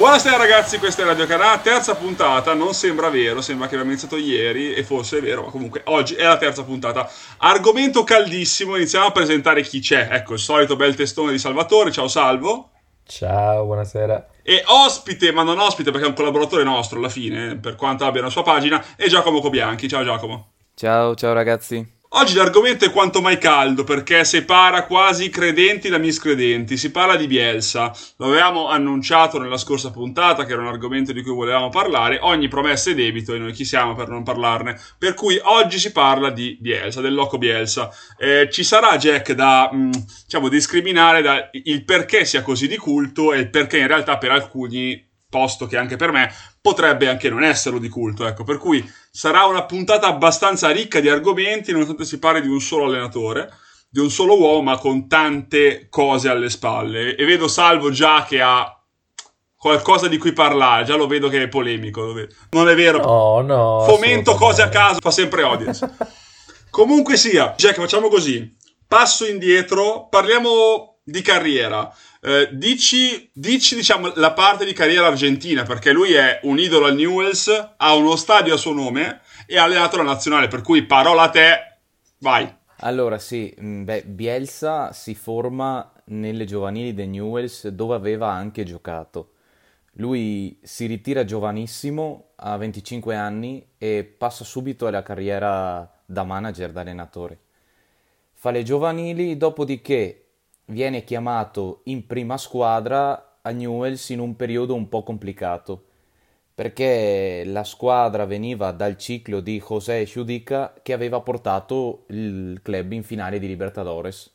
Buonasera ragazzi, questa è Radio Canà, terza puntata, non sembra vero, sembra che abbiamo iniziato ieri e forse è vero, ma comunque oggi è la terza puntata. Argomento caldissimo, iniziamo a presentare chi c'è. Ecco, il solito bel testone di Salvatore, ciao Salvo. Ciao, buonasera. E ospite, ma non ospite perché è un collaboratore nostro alla fine, per quanto abbia la sua pagina, è Giacomo Cobianchi. Ciao Giacomo. Ciao, ciao ragazzi. Oggi l'argomento è quanto mai caldo perché separa quasi i credenti da miscredenti. Si parla di Bielsa. Lo avevamo annunciato nella scorsa puntata che era un argomento di cui volevamo parlare. Ogni promessa è debito e noi chi siamo per non parlarne. Per cui oggi si parla di Bielsa, del loco Bielsa. Ci sarà Jack da diciamo discriminare da il perché sia così di culto e il perché in realtà per alcuni, posto che anche per me, potrebbe anche non esserlo di culto. Ecco, per cui sarà una puntata abbastanza ricca di argomenti, nonostante si parli di un solo allenatore, di un solo uomo, ma con tante cose alle spalle. E vedo Salvo già che ha qualcosa di cui parlare, già lo vedo che è polemico. Non è vero, No, no, fomento cose a assolutamente. caso, fa sempre audience. Comunque sia, Jack, facciamo così. Passo indietro, parliamo di carriera. Dici, diciamo, la parte di carriera argentina, perché lui è un idolo al Newell's, ha uno stadio a suo nome e ha allenato la nazionale, per cui parola a te, vai. Allora sì, Bielsa si forma nelle giovanili del Newell's dove aveva anche giocato. Lui si ritira giovanissimo, a 25 anni, e passa subito alla carriera da manager, da allenatore. Fa le giovanili, dopodiché viene chiamato in prima squadra a Newell's in un periodo un po' complicato, perché la squadra veniva dal ciclo di José Judica che aveva portato il club in finale di Libertadores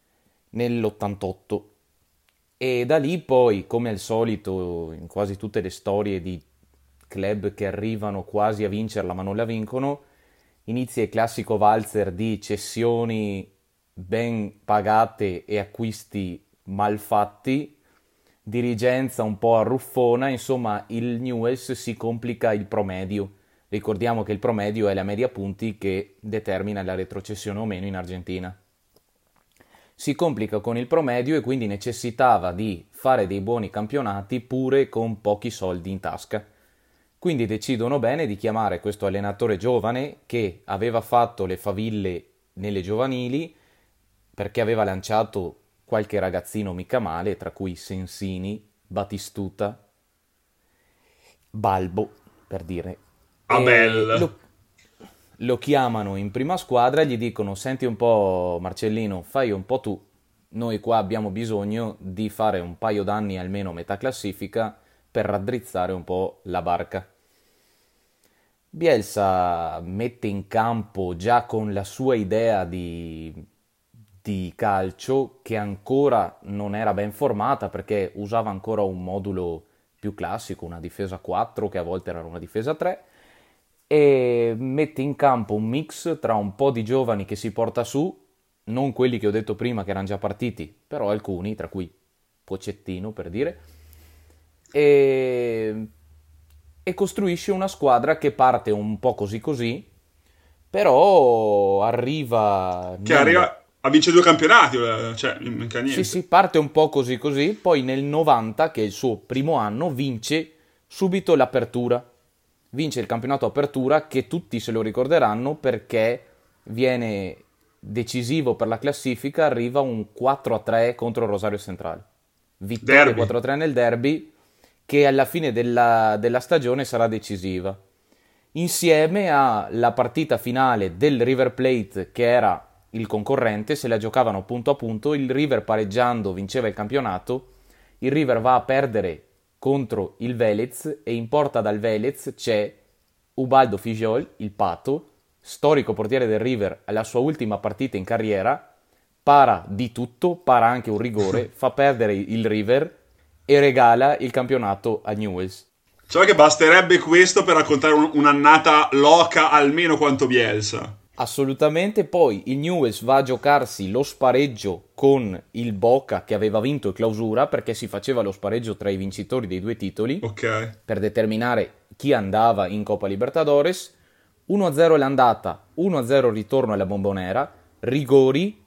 nell'88. E da lì poi, come al solito in quasi tutte le storie di club che arrivano quasi a vincerla ma non la vincono, inizia il classico valzer di cessioni ben pagate e acquisti mal fatti, dirigenza un po' arruffona, insomma il Newell's si complica il promedio. Ricordiamo che il promedio è la media punti che determina la retrocessione o meno in Argentina. Si complica con il promedio e quindi necessitava di fare dei buoni campionati pure con pochi soldi in tasca. Quindi decidono bene di chiamare questo allenatore giovane che aveva fatto le faville nelle giovanili perché aveva lanciato qualche ragazzino mica male, tra cui Sensini, Batistuta, Balbo, per dire. E Abel. lo chiamano in prima squadra e gli dicono: senti un po' Marcellino, fai un po' tu, noi qua abbiamo bisogno di fare un paio d'anni almeno metà classifica per raddrizzare un po' la barca. Bielsa mette in campo già con la sua idea di calcio che ancora non era ben formata perché usava ancora un modulo più classico, una difesa 4 che a volte era una difesa 3, e mette in campo un mix tra un po' di giovani che si porta su, non quelli che ho detto prima che erano già partiti, però alcuni, tra cui Pocettino per dire, e, e costruisce una squadra che parte un po' così così, però arriva Che nel... arriva a vincere due campionati, cioè, mica Sì, niente. sì, parte un po' così così, poi nel 90, che è il suo primo anno, vince subito l'apertura. Vince il campionato apertura che tutti se lo ricorderanno perché viene decisivo per la classifica, arriva un 4-3 contro il Rosario Central. Vittoria Derby. 4-3 nel derby che alla fine della stagione sarà decisiva. Insieme alla partita finale del River Plate che era il concorrente, se la giocavano punto a punto, il River pareggiando vinceva il campionato, il River va a perdere contro il Vélez e in porta dal Vélez c'è Ubaldo Figiol, il Pato, storico portiere del River alla sua ultima partita in carriera, para di tutto, para anche un rigore, fa perdere il River e regala il campionato a Newell's. Cioè che basterebbe questo per raccontare un'annata loca almeno quanto Bielsa. Assolutamente, poi il Newell's va a giocarsi lo spareggio con il Boca che aveva vinto il clausura perché si faceva lo spareggio tra i vincitori dei due titoli Ok. per determinare chi andava in Coppa Libertadores. 1-0 l'andata, 1-0 il ritorno alla Bombonera, rigori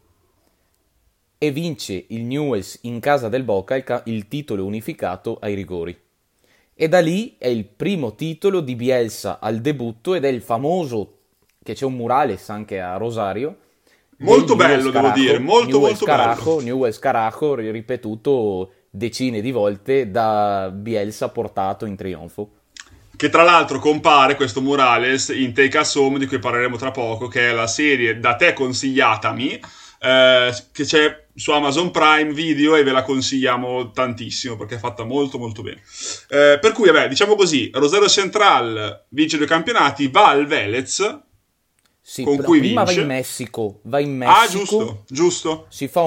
e vince il Newell's in casa del Boca il titolo unificato ai rigori. E da lì è il primo titolo di Bielsa al debutto ed è il famoso, che c'è un murales anche a Rosario, del Molto bello, devo dire, molto molto bello. Newell's Carajo, ripetuto decine di volte da Bielsa portato in trionfo. Che tra l'altro compare questo murales in Take Us Home, di cui parleremo tra poco, che è la serie da te consigliatami, che c'è su Amazon Prime Video e ve la consigliamo tantissimo perché è fatta molto molto bene. Per cui, vabbè, diciamo così, Rosario Central vince 2 campionati, va al Velez, Sì, con no, cui prima vince. va in Ah, Messico, giusto, giusto. si fa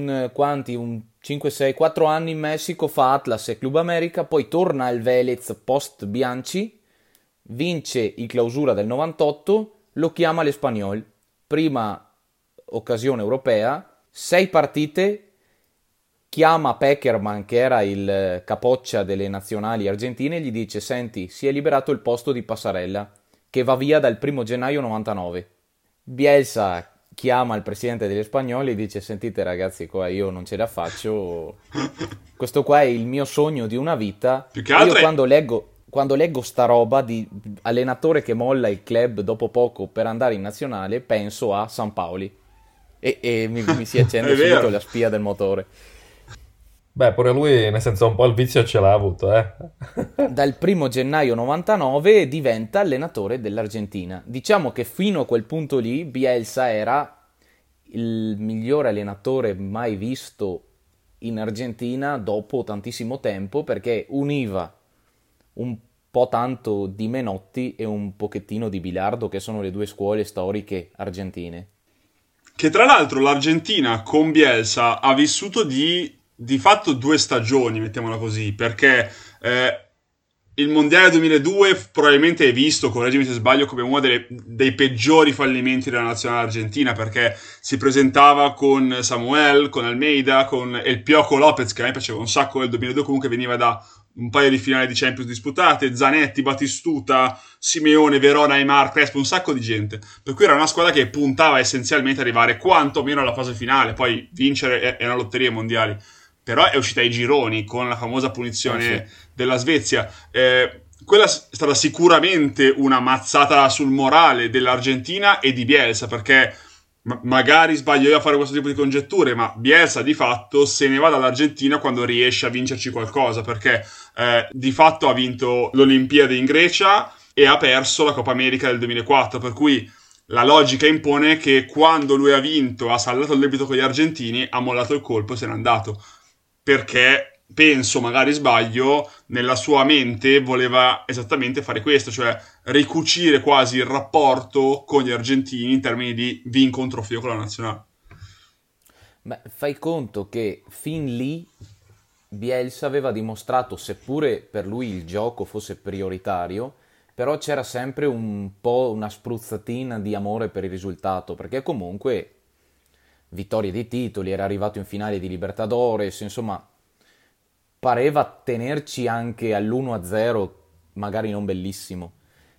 un 5, 6, 4 anni in Messico, fa Atlas e Club America, poi torna al Velez post Bianchi, vince il clausura del 98, lo chiama l'Espanyol, prima occasione europea, 6 partite, chiama Peckerman che era il capoccia delle nazionali argentine e gli dice: senti, si è liberato il posto di Passarella che va via dal 1° gennaio 99. Bielsa chiama il presidente degli spagnoli e dice: sentite ragazzi, qua io non ce la faccio, questo qua è il mio sogno di una vita. Più che E io altro è... quando leggo sta roba di allenatore che molla il club dopo poco per andare in nazionale, penso a San Paoli e mi si accende È subito vero. la spia del motore. Beh, pure lui, nel senso, un po' il vizio ce l'ha avuto, eh. Dal 1° gennaio 99 diventa allenatore dell'Argentina. Diciamo che fino a quel punto lì Bielsa era il migliore allenatore mai visto in Argentina dopo tantissimo tempo, perché univa un po' tanto di Menotti e un pochettino di Bilardo, che sono le due scuole storiche argentine. Che tra l'altro l'Argentina con Bielsa ha vissuto di fatto 2 stagioni, mettiamola così, perché il Mondiale 2002 probabilmente è visto, correggimi se sbaglio, come uno dei peggiori fallimenti della nazionale argentina, perché si presentava con Samuel, con Almeida, con El Pioco Lopez, che a me piaceva un sacco nel 2002, comunque veniva da un paio di finali di Champions disputate, Zanetti, Battistuta, Simeone, Verona, Aimar, Crespo, un sacco di gente. Per cui era una squadra che puntava essenzialmente ad arrivare quanto meno alla fase finale, poi vincere è una lotteria ai mondiali. Però è uscita ai gironi con la famosa Sì. punizione della Svezia. Quella è stata sicuramente una mazzata sul morale dell'Argentina e di Bielsa, perché magari sbaglio io a fare questo tipo di congetture, ma Bielsa di fatto se ne va dall'Argentina quando riesce a vincerci qualcosa, perché di fatto ha vinto l'Olimpiade in Grecia e ha perso la Coppa America del 2004, per cui la logica impone che quando lui ha vinto, ha saldato il debito con gli argentini, ha mollato il colpo e se n'è andato, perché penso, magari sbaglio, nella sua mente voleva esattamente fare questo, cioè ricucire quasi il rapporto con gli argentini in termini di vinco un trofeo con la nazionale. Beh, fai conto che fin lì Bielsa aveva dimostrato, seppure per lui il gioco fosse prioritario, però c'era sempre un po' una spruzzatina di amore per il risultato, perché comunque vittorie di titoli, era arrivato in finale di Libertadores, insomma, pareva tenerci anche all'1-0, magari non bellissimo.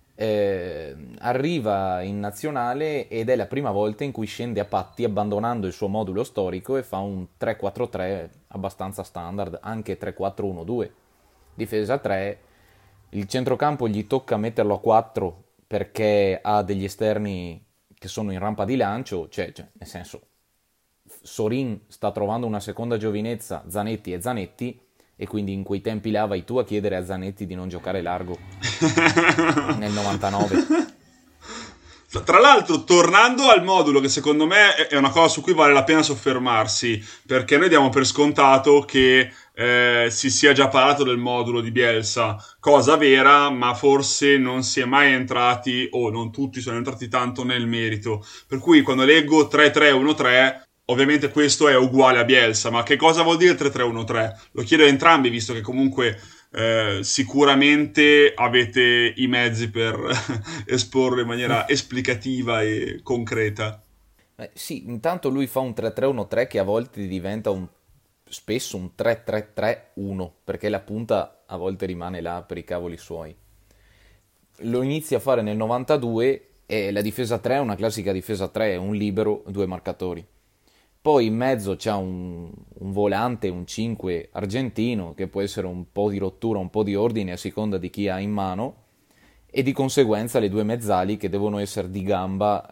Arriva in nazionale ed è la prima volta in cui scende a patti abbandonando il suo modulo storico e fa un 3-4-3 abbastanza standard, anche 3-4-1-2. Difesa 3, il centrocampo gli tocca metterlo a 4 perché ha degli esterni che sono in rampa di lancio, cioè nel senso Sorin sta trovando una seconda giovinezza, Zanetti e Zanetti, e quindi in quei tempi là vai tu a chiedere a Zanetti di non giocare largo nel 99. Tra l'altro, tornando al modulo, che secondo me è una cosa su cui vale la pena soffermarsi, perché noi diamo per scontato che si sia già parlato del modulo di Bielsa, cosa vera, ma forse non si è mai entrati, o non tutti sono entrati tanto nel merito. Per cui quando leggo 3-3-1-3, ovviamente questo è uguale a Bielsa, ma che cosa vuol dire 3-3-1-3? Lo chiedo a entrambi, visto che comunque sicuramente avete i mezzi per esporlo in maniera esplicativa e concreta. Sì, intanto lui fa un 3-3-1-3 che a volte diventa spesso un 3-3-3-1, perché la punta a volte rimane là per i cavoli suoi. Lo inizia a fare nel 92 e la difesa 3 è una classica difesa 3, un libero, due marcatori. Poi in mezzo c'è un volante, un 5 argentino, che può essere un po' di rottura, un po' di ordine a seconda di chi ha in mano, e di conseguenza le due mezzali che devono essere di gamba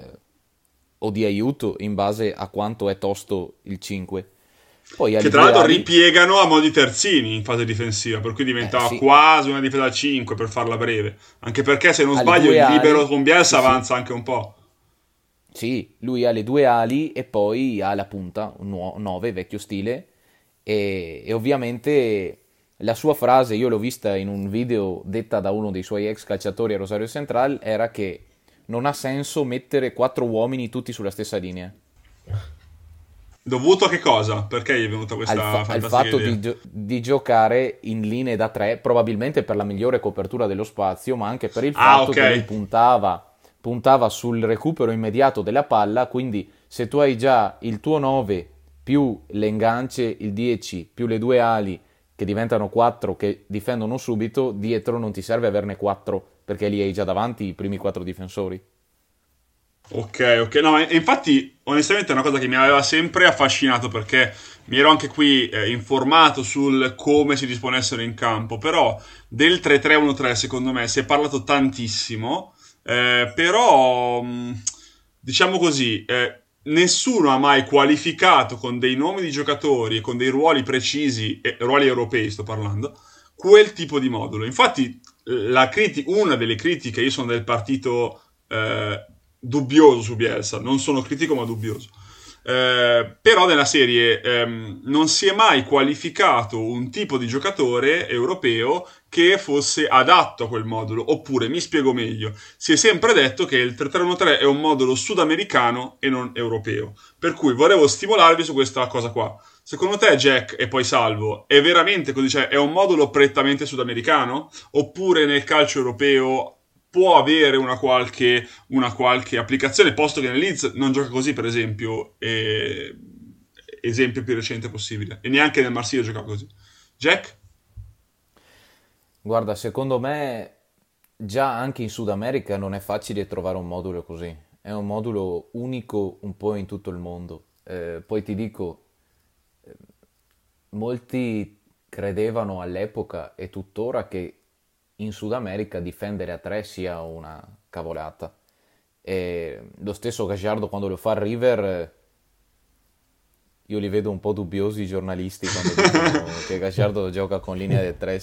o di aiuto in base a quanto è tosto il 5. Poi Che alle tra due l'altro ali, ripiegano a mo' di terzini in fase difensiva, per cui diventa sì, quasi una difesa a 5 per farla breve. Anche perché, se non alle sbaglio, due il libero ali, con Bielsa sì sì, avanza anche un po'. sì, lui ha le due ali e poi ha la punta, un 9, vecchio stile, e ovviamente la sua frase, io l'ho vista in un video detta da uno dei suoi ex calciatori a Rosario Central, era che non ha senso mettere quattro uomini tutti sulla stessa linea. Dovuto a che cosa? Perché gli è venuta questa Al fantastica fatto idea? di giocare in linee da tre, probabilmente per la migliore copertura dello spazio, ma anche per il Ah, fatto ok. che lui puntava sul recupero immediato della palla, quindi se tu hai già il tuo 9 più le ingance, il 10 più le due ali che diventano 4 che difendono subito, dietro non ti serve averne 4 perché lì hai già davanti i primi 4 difensori. Ok, ok. No, e infatti, onestamente è una cosa che mi aveva sempre affascinato, perché mi ero anche qui informato sul come si disponessero in campo, però del 3-3-1-3 secondo me si è parlato tantissimo, però diciamo così, nessuno ha mai qualificato con dei nomi di giocatori e con dei ruoli precisi, ruoli europei sto parlando, quel tipo di modulo. Infatti, una delle critiche, io sono del partito dubbioso su Bielsa, non sono critico ma dubbioso. Però nella serie non si è mai qualificato un tipo di giocatore europeo che fosse adatto a quel modulo. Oppure, mi spiego meglio, si è sempre detto che il 3-3-1-3 è un modulo sudamericano e non europeo. Per cui volevo stimolarvi su questa cosa qua. Secondo te, Jack, e poi Salvo, è veramente così? Cioè, è un modulo prettamente sudamericano? Oppure nel calcio europeo può avere una qualche applicazione, posto che nel Leeds non gioca così, per esempio, esempio più recente possibile, e neanche nel Marsiglia gioca così. Jack? Guarda, secondo me già anche in Sud America non è facile trovare un modulo così. È un modulo unico un po' in tutto il mondo. Poi ti dico, molti credevano all'epoca e tuttora che in Sud America difendere a tre sia una cavolata. E lo stesso Gagliardo quando lo fa a River, io li vedo un po' dubbiosi i giornalisti quando dicono che Gagliardo gioca con linea di tre.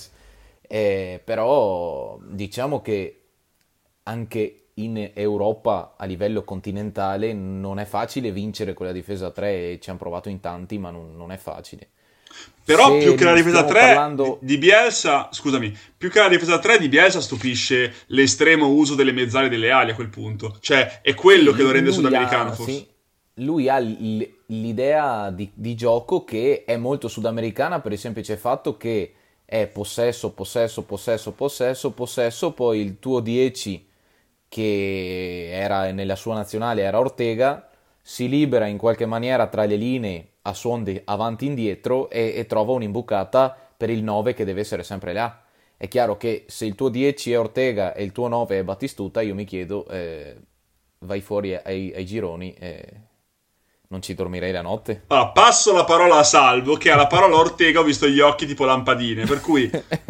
Però diciamo che anche in Europa a livello continentale non è facile vincere con la difesa a 3 e ci hanno provato in tanti, ma non è facile. Però più che la Se difesa stiamo 3 di, parlando, di Bielsa, scusami, più che la difesa 3 di Bielsa stupisce l'estremo uso delle mezzali e delle ali a quel punto. Cioè, è quello sì, che lo rende lui sudamericano, ha, forse. sì, lui ha l'idea di gioco che è molto sudamericana per il semplice fatto che è possesso, possesso, possesso, possesso, possesso, poi il tuo 10 che era nella sua nazionale era Ortega, si libera in qualche maniera tra le linee a suon di avanti e indietro e trova un'imbucata per il 9 che deve essere sempre là. È chiaro che se il tuo 10 è Ortega e il tuo 9 è Battistuta, io mi chiedo, vai fuori ai gironi e non ci dormirei la notte. Allora, passo la parola a Salvo, che alla parola Ortega ho visto gli occhi tipo lampadine, per cui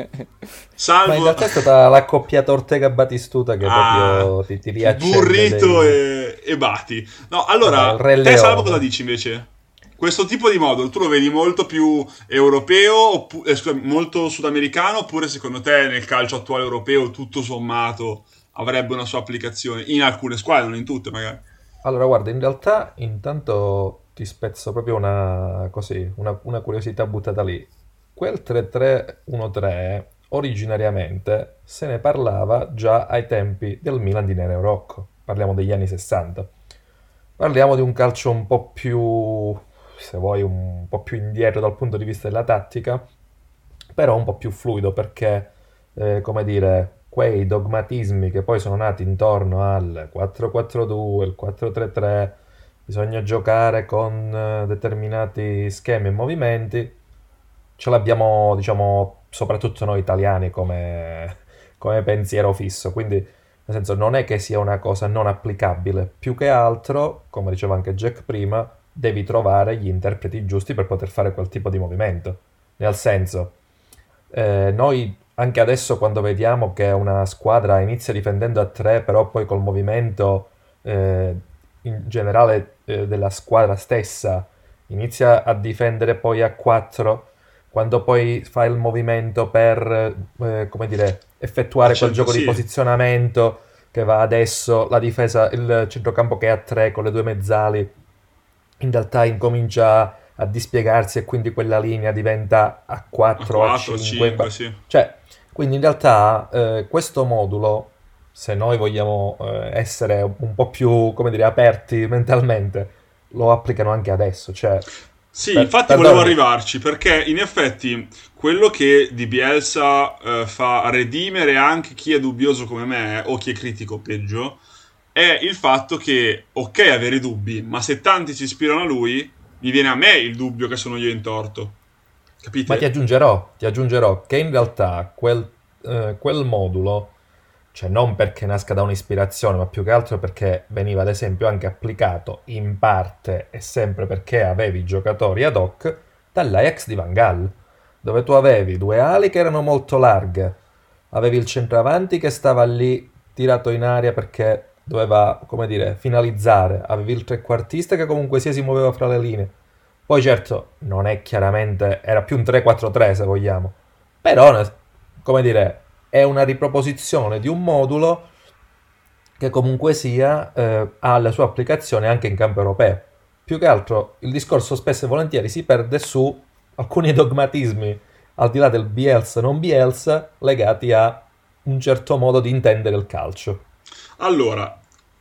Ma in Salvo... realtà è stata l'accoppiata Ortega-Batistuta che Ah, proprio ti riaccende burrito dei... e bati. No, Vabbè, il allora, Re te Salvo cosa Leone. dici invece? Questo tipo di modulo tu lo vedi molto più europeo, scusami, molto sudamericano, oppure secondo te nel calcio attuale europeo tutto sommato avrebbe una sua applicazione in alcune squadre, non in tutte magari? Allora, guarda, in realtà intanto ti spezzo proprio una, così, una curiosità buttata lì. Quel 3-3-1-3 originariamente se ne parlava già ai tempi del Milan di Nereo Rocco. Parliamo degli anni 60. Parliamo di un calcio un po' più, se vuoi, un po' più indietro dal punto di vista della tattica, però un po' più fluido perché, come dire, quei dogmatismi che poi sono nati intorno al 4-4-2, il 4-3-3, bisogna giocare con determinati schemi e movimenti, ce l'abbiamo, diciamo, soprattutto noi italiani come pensiero fisso, quindi nel senso non è che sia una cosa non applicabile, più che altro, come diceva anche Jack prima, devi trovare gli interpreti giusti per poter fare quel tipo di movimento. Nel senso, noi anche adesso quando vediamo che una squadra inizia difendendo a 3, però poi col movimento in generale della squadra stessa inizia a difendere poi a 4, quando poi fa il movimento per, come dire, effettuare quel gioco di Sì, posizionamento che va adesso, la difesa, il centrocampo che è a 3 con le due mezzali, in realtà incomincia a dispiegarsi e quindi quella linea diventa a a 4 a 4, a 5. 5, sì. Cioè, quindi in realtà questo modulo, se noi vogliamo essere un po' più, come dire, aperti mentalmente, lo applicano anche adesso. Cioè, Sì, infatti volevo perdonami, arrivarci perché in effetti quello che di Bielsa fa redimere anche chi è dubbioso come me o chi è critico peggio è il fatto che, ok, avere dubbi, ma se tanti si ispirano a lui, mi viene a me il dubbio che sono io in torto. ma Capite? ti aggiungerò che in realtà quel modulo, cioè non perché nasca da un'ispirazione, ma più che altro perché veniva ad esempio anche applicato in parte e sempre perché avevi giocatori ad hoc dall'Ajax di Van Gaal, dove tu avevi due ali che erano molto larghe, avevi il centravanti che stava lì tirato in aria perché doveva, come dire, finalizzare, avevi il trequartista che comunque sia si muoveva fra le linee. Poi certo, non è chiaramente, era più un 3-4-3 se vogliamo, però, come dire, è una riproposizione di un modulo che comunque sia ha la sua applicazione anche in campo europeo. Più che altro il discorso spesso e volentieri si perde su alcuni dogmatismi, al di là del Bielsa non Bielsa, legati a un certo modo di intendere il calcio. Allora,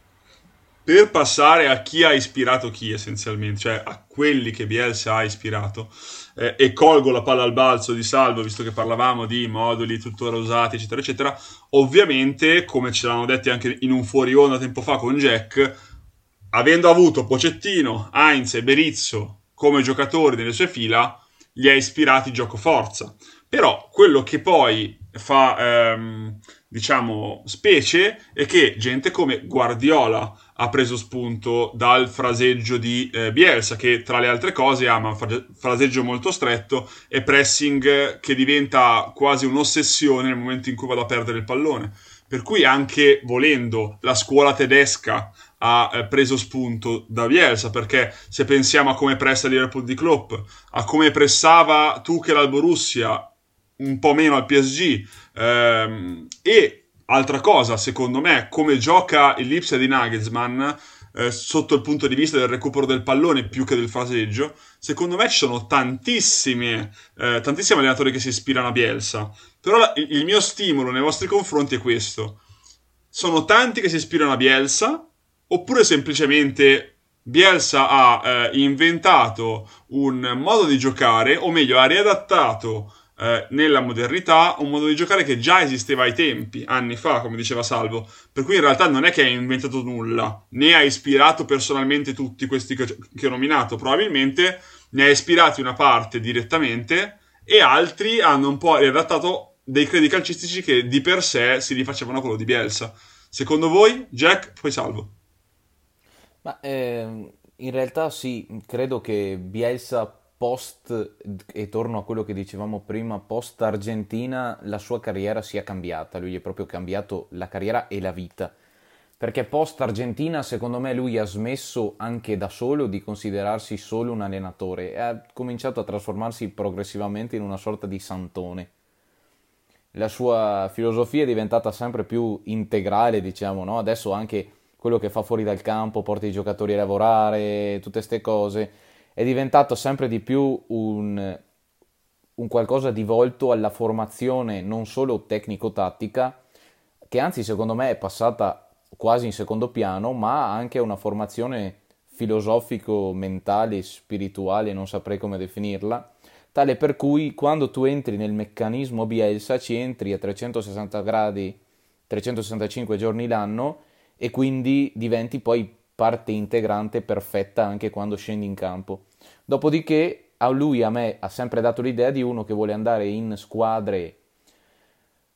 per passare a chi ha ispirato chi essenzialmente, cioè a quelli che Bielsa ha ispirato, e colgo la palla al balzo di Salvo, visto che parlavamo di moduli tuttora usati, eccetera, eccetera, ovviamente, come ce l'hanno detti anche in un fuori onda tempo fa con Jack, avendo avuto Pocettino, Heinz e Berizzo come giocatori nelle sue fila, li ha ispirati gioco forza. Però quello che poi fa, diciamo, specie è che gente come Guardiola ha preso spunto dal fraseggio di Bielsa, che tra le altre cose ama un fraseggio molto stretto e pressing che diventa quasi un'ossessione nel momento in cui vado a perdere il pallone. Per cui anche volendo la scuola tedesca ha preso spunto da Bielsa, perché se pensiamo a come pressa il Liverpool di Klopp, a come pressava Tuchel al Borussia, un po' meno al PSG, e altra cosa, secondo me, come gioca il Lipsia di Nagelsmann, sotto il punto di vista del recupero del pallone più che del fraseggio, secondo me ci sono tantissimi allenatori che si ispirano a Bielsa. Però il mio stimolo nei vostri confronti è questo. Sono tanti che si ispirano a Bielsa, oppure semplicemente Bielsa ha inventato un modo di giocare, o meglio, ha riadattato nella modernità un modo di giocare che già esisteva ai tempi, anni fa, come diceva Salvo. Per cui in realtà non è che ha inventato nulla, né ha ispirato personalmente tutti questi che ho nominato, probabilmente ne ha ispirati una parte direttamente e altri hanno un po' riadattato dei credi calcistici che di per sé si rifacevano a quello di Bielsa. Secondo voi, Jack, poi Salvo? Ma in realtà sì, credo che Bielsa post, e torno a quello che dicevamo prima, post Argentina, la sua carriera sia cambiata, lui è proprio cambiato la carriera e la vita. Perché post Argentina, secondo me, lui ha smesso anche da solo di considerarsi solo un allenatore e ha cominciato a trasformarsi progressivamente in una sorta di santone. La sua filosofia è diventata sempre più integrale, diciamo, no? Adesso anche quello che fa fuori dal campo, porta i giocatori a lavorare, tutte queste cose, è diventato sempre di più un qualcosa di volto alla formazione non solo tecnico-tattica, che anzi secondo me è passata quasi in secondo piano, ma anche a una formazione filosofico-mentale, spirituale, non saprei come definirla, tale per cui quando tu entri nel meccanismo Bielsa ci entri a 360 gradi, 365 giorni l'anno e quindi diventi poi parte integrante perfetta anche quando scendi in campo. Dopodiché a me ha sempre dato l'idea di uno che vuole andare in squadre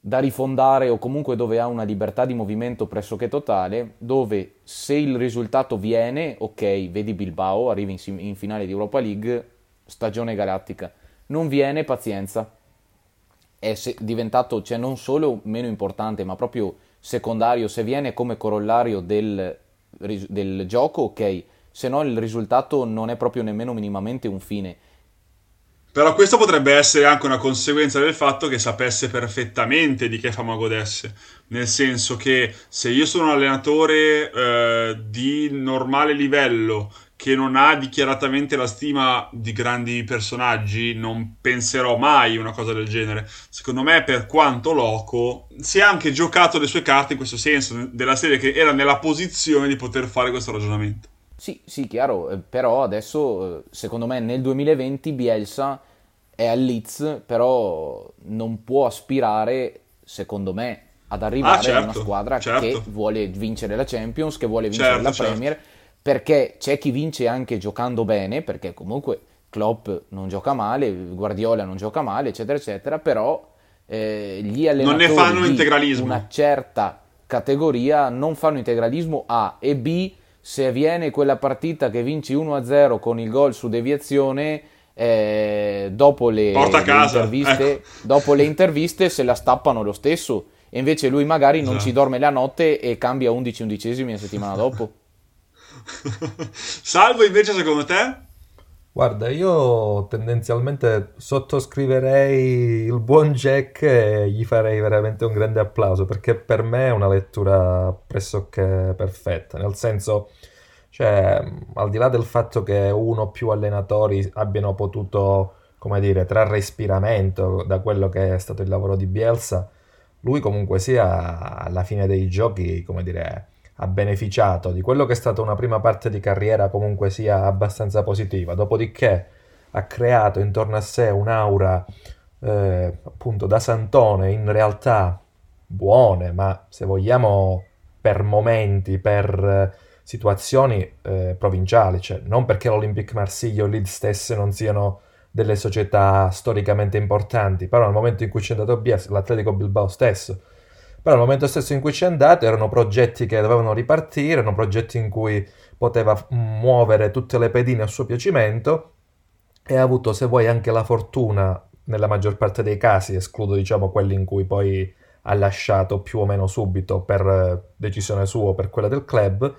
da rifondare o comunque dove ha una libertà di movimento pressoché totale, dove se il risultato viene, ok, vedi Bilbao, arrivi in finale di Europa League, stagione galattica, non viene, pazienza. È diventato, cioè, non solo meno importante, ma proprio secondario. Se viene come corollario del gioco, ok, se no il risultato non è proprio nemmeno minimamente un fine. Però questo potrebbe essere anche una conseguenza del fatto che sapesse perfettamente di che fama godesse. Nel senso che se io sono un allenatore di normale livello che non ha dichiaratamente la stima di grandi personaggi, non penserò mai una cosa del genere. Secondo me, per quanto loco, si è anche giocato le sue carte in questo senso, della serie che era nella posizione di poter fare questo ragionamento. Sì, sì, chiaro, però adesso, secondo me, nel 2020 Bielsa è al Leeds, però non può aspirare, secondo me, ad arrivare a una squadra che vuole vincere la Champions, che vuole vincere la Premier, perché c'è chi vince anche giocando bene, perché comunque Klopp non gioca male, Guardiola non gioca male, eccetera, eccetera, però gli allenatori non ne fanno di integralismo. Una certa categoria non fanno integralismo A e B. Se viene quella partita che vinci 1-0 con il gol su deviazione, dopo le interviste, ecco. Dopo le interviste se la stappano lo stesso, e invece lui magari non ci dorme la notte e cambia 11 undicesimi la settimana dopo. Salvo, invece, secondo te? Guarda, io tendenzialmente sottoscriverei il buon Jack e gli farei veramente un grande applauso, perché per me è una lettura pressoché perfetta, nel senso, cioè, al di là del fatto che uno o più allenatori abbiano potuto, come dire, trarre ispiramento da quello che è stato il lavoro di Bielsa, lui comunque sia alla fine dei giochi, come dire, ha beneficiato di quello che è stata una prima parte di carriera comunque sia abbastanza positiva, dopodiché ha creato intorno a sé un'aura appunto da santone, in realtà buone, ma se vogliamo per momenti, per situazioni provinciali, cioè non perché l'Olympique Marsiglia o il Leeds stesse non siano delle società storicamente importanti, però nel momento in cui c'è andato Bielsa, l'Atletico Bilbao stesso, però nel momento stesso in cui ci è andato erano progetti che dovevano ripartire, erano progetti in cui poteva muovere tutte le pedine a suo piacimento, e ha avuto, se vuoi, anche la fortuna, nella maggior parte dei casi, escludo diciamo quelli in cui poi ha lasciato più o meno subito per decisione sua o per quella del club,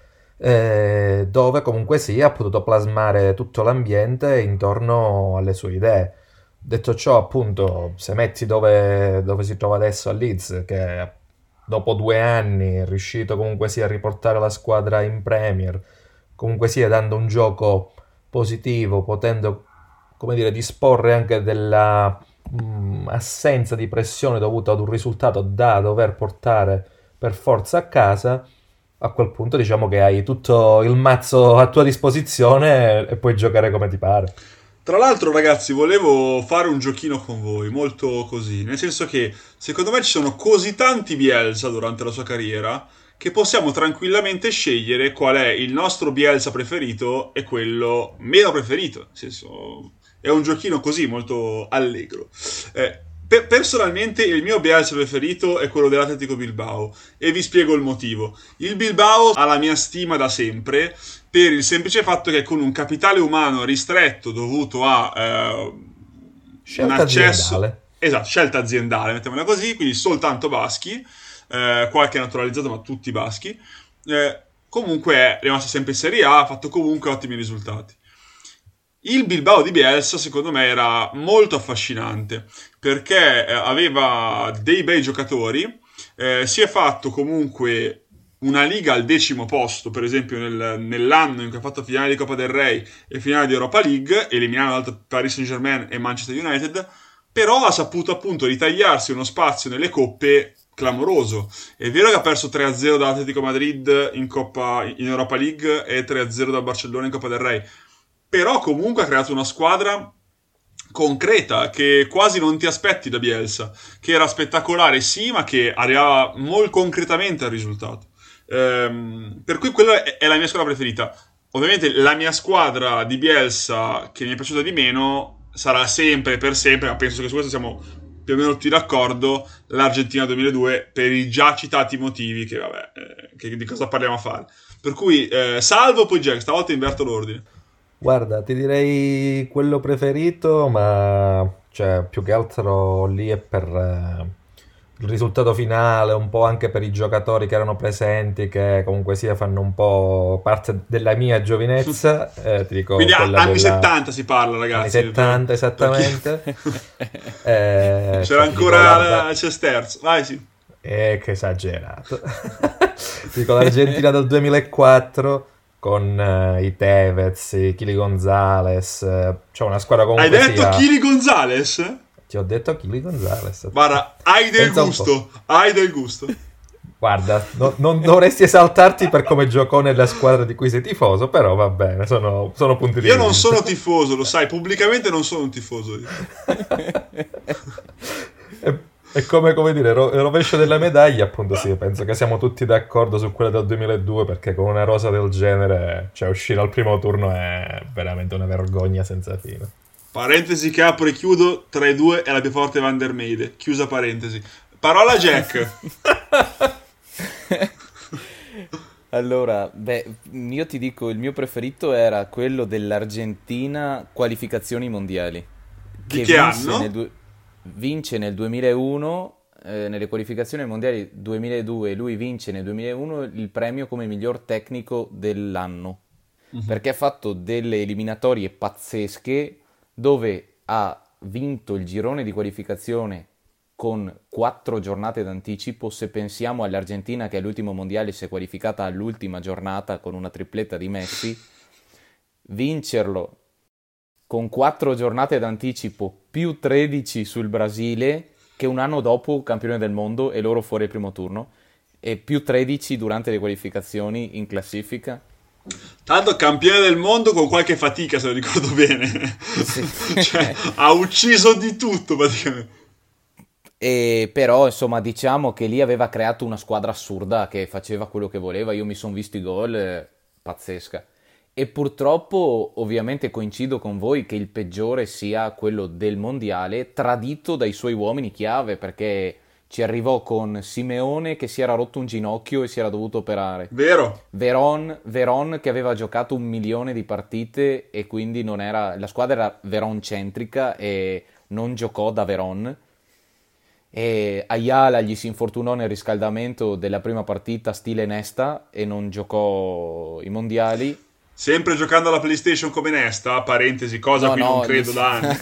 dove comunque sì, ha potuto plasmare tutto l'ambiente intorno alle sue idee. Detto ciò, appunto, se metti dove si trova adesso a Leeds, che dopo 2 anni è riuscito comunque sia a riportare la squadra in Premier, comunque sia dando un gioco positivo, potendo, come dire, disporre anche della assenza di pressione dovuta ad un risultato da dover portare per forza a casa, a quel punto diciamo che hai tutto il mazzo a tua disposizione e puoi giocare come ti pare. Tra l'altro, ragazzi, volevo fare un giochino con voi, molto così, nel senso che secondo me ci sono così tanti Bielsa durante la sua carriera che possiamo tranquillamente scegliere qual è il nostro Bielsa preferito e quello meno preferito. Nel senso, è un giochino così, molto allegro. Personalmente il mio Bielsa preferito è quello dell'Atletico Bilbao, e vi spiego il motivo. Il Bilbao ha la mia stima da sempre, per il semplice fatto che con un capitale umano ristretto dovuto a un accesso... Aziendale. Esatto, scelta aziendale, mettiamola così, quindi soltanto baschi, qualche naturalizzato, ma tutti baschi. Comunque è rimasto sempre in Serie A, ha fatto comunque ottimi risultati. Il Bilbao di Bielsa, secondo me, era molto affascinante, perché aveva dei bei giocatori, si è fatto comunque una liga al 10° posto, per esempio nell'anno in cui ha fatto finale di Coppa del Re e finale di Europa League, eliminando Paris Saint-Germain e Manchester United, però ha saputo appunto ritagliarsi uno spazio nelle coppe clamoroso. È vero che ha perso 3-0 dall'Atletico Madrid in Europa League e 3-0 dal Barcellona in Coppa del Re, però comunque ha creato una squadra concreta che quasi non ti aspetti da Bielsa, che era spettacolare sì, ma che arrivava molto concretamente al risultato. Per cui quella è la mia squadra preferita. Ovviamente la mia squadra di Bielsa che mi è piaciuta di meno sarà sempre per sempre, ma penso che su questo siamo più o meno tutti d'accordo, l'Argentina 2002 per i già citati motivi che vabbè, che di cosa parliamo a fare. Per cui Salvo poi Jack, stavolta inverto l'ordine. Guarda, ti direi quello preferito, ma cioè, più che altro lì è per il risultato finale, un po' anche per i giocatori che erano presenti, che comunque sia fanno un po' parte della mia giovinezza. Ti dico Quindi quella anni della... 70 si parla, Anni ragazzi. 70 esattamente. C'era Cioè, ti dico, ancora Cesterz, vai sì. che esagerato. Ti dico l'Argentina del 2004 con i Tevez, i Chili Gonzalez, c'è una squadra Hai comunque detto sia... Chili Gonzalez? Ti ho detto Chili Gonzalez. Guarda, hai del Pensa un gusto, hai del gusto. Guarda, non dovresti esaltarti per come giocò nella squadra di cui sei tifoso, però va bene, sono punti di Io non vista. sono tifoso, lo sai, pubblicamente non sono un tifoso io. È come dire, rovescio della medaglia, appunto sì, penso che siamo tutti d'accordo su quella del 2002, perché con una rosa del genere, cioè uscire al primo turno è veramente una vergogna senza fine. Parentesi che apro e chiudo, tra i due è la più forte Van der Meide. Chiusa parentesi. Parola a Jack. Allora, io ti dico, il mio preferito era quello dell'Argentina qualificazioni mondiali. Di che anno? Vince nel 2001, nelle qualificazioni mondiali 2002, lui vince nel 2001 il premio come miglior tecnico dell'anno. Perché ha fatto delle eliminatorie pazzesche dove ha vinto il girone di qualificazione con 4 giornate d'anticipo. Se pensiamo all'Argentina che all'ultimo mondiale si è qualificata all'ultima giornata con una tripletta di Messi, vincerlo con 4 giornate d'anticipo più 13 sul Brasile, che un anno dopo campione del mondo e loro fuori il primo turno, e più 13 durante le qualificazioni in classifica. Tanto campione del mondo con qualche fatica, se lo ricordo bene. Sì. Cioè, ha ucciso di tutto praticamente. E però insomma diciamo che lì aveva creato una squadra assurda che faceva quello che voleva. Io mi sono visto i gol, pazzesca. E purtroppo ovviamente coincido con voi che il peggiore sia quello del mondiale, tradito dai suoi uomini chiave, perché ci arrivò con Simeone che si era rotto un ginocchio e si era dovuto operare. Vero. Veron che aveva giocato 1 milione di partite e quindi non era... La squadra era Veron-centrica e non giocò da Veron. E Ayala gli si infortunò nel riscaldamento della prima partita stile Nesta e non giocò i mondiali. Sempre giocando alla PlayStation come Nesta, parentesi, cosa a cui non credo da anni.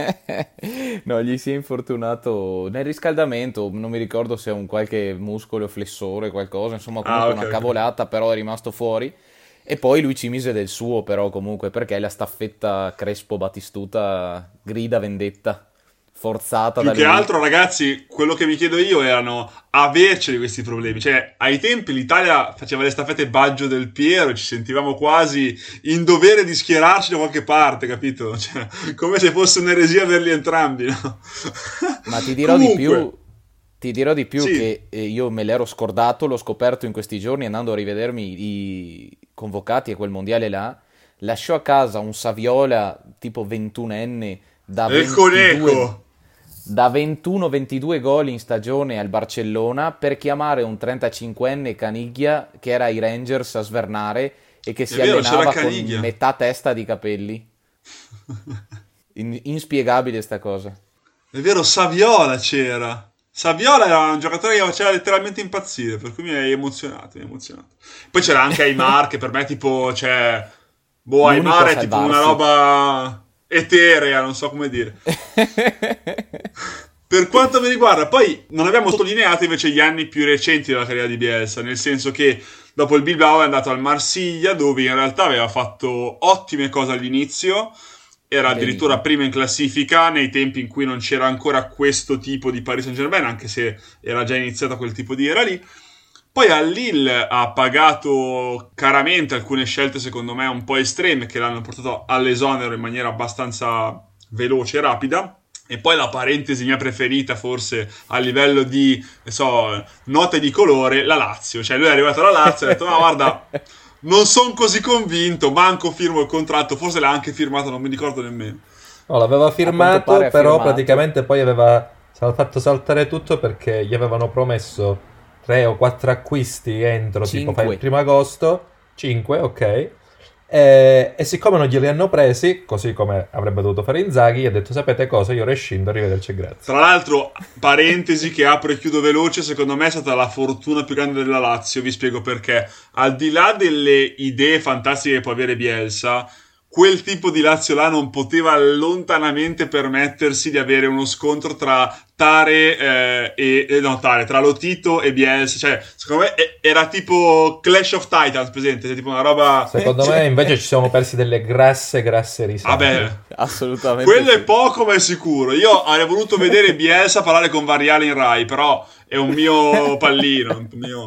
No, gli si è infortunato nel riscaldamento, non mi ricordo se è un qualche muscolo flessore, qualcosa, insomma comunque una cavolata, però è rimasto fuori. E poi lui ci mise del suo però comunque, perché la staffetta Crespo-Battistuta grida vendetta. Forzata più da che lui. altro, ragazzi, quello che mi chiedo io erano averceli questi problemi. Cioè, ai tempi l'Italia faceva le staffette Baggio del Piero e ci sentivamo quasi in dovere di schierarci da qualche parte, capito? Cioè, come se fosse un'eresia averli entrambi, no? Ma ti dirò di più Sì. che io me l'ero scordato, l'ho scoperto in questi giorni andando a rivedermi i convocati a quel mondiale là. Lasciò a casa un Saviola tipo 21enne da Il Coneco! da 21-22 gol in stagione al Barcellona per chiamare un 35enne Caniggia che era ai Rangers a svernare e che si vero, allenava c'era con Caniggia. metà testa di capelli. Inspiegabile sta cosa. È vero, Saviola c'era. Saviola era un giocatore che faceva letteralmente impazzire, per cui mi hai emozionato, Poi c'era anche Aimar, che per me tipo, cioè... Boh, L'unico Aimar a è tipo una salvarsi. roba eterea, non so come dire. Per quanto mi riguarda, poi non abbiamo sottolineato invece gli anni più recenti della carriera di Bielsa, nel senso che dopo il Bilbao è andato al Marsiglia, dove in realtà aveva fatto ottime cose all'inizio, era addirittura prima in classifica nei tempi in cui non c'era ancora questo tipo di Paris Saint-Germain, anche se era già iniziata quel tipo di era lì. Poi a Lille ha pagato caramente alcune scelte secondo me un po' estreme che l'hanno portato all'esonero in maniera abbastanza veloce e rapida. E poi la parentesi mia preferita forse a livello di, ne so, note di colore, la Lazio. Cioè lui è arrivato alla Lazio e ha detto no guarda, non sono così convinto, manco firmo il contratto, forse l'ha anche firmato, non mi ricordo nemmeno. No, l'aveva quanto firmato, pare ha però firmato. praticamente poi aveva fatto saltare tutto perché gli avevano promesso 3 o 4 acquisti entro tipo fai il 5. 1° agosto, 5, ok. E siccome non glieli hanno presi, così come avrebbe dovuto fare Inzaghi, gli ha detto sapete cosa, io rescindo, arrivederci e grazie. Tra l'altro, parentesi che apro e chiudo veloce, secondo me è stata la fortuna più grande della Lazio, vi spiego perché. Al di là delle idee fantastiche che può avere Bielsa, quel tipo di Lazio là non poteva lontanamente permettersi di avere uno scontro tra tra Lotito e Bielsa, cioè secondo me era tipo Clash of Titans, presente, cioè, tipo una roba, Secondo cioè, me invece ci siamo persi delle grasse risate. vabbè, Assolutamente quello è sì. poco ma è sicuro. Io avrei voluto vedere Bielsa parlare con Variale in Rai, però è un mio pallino.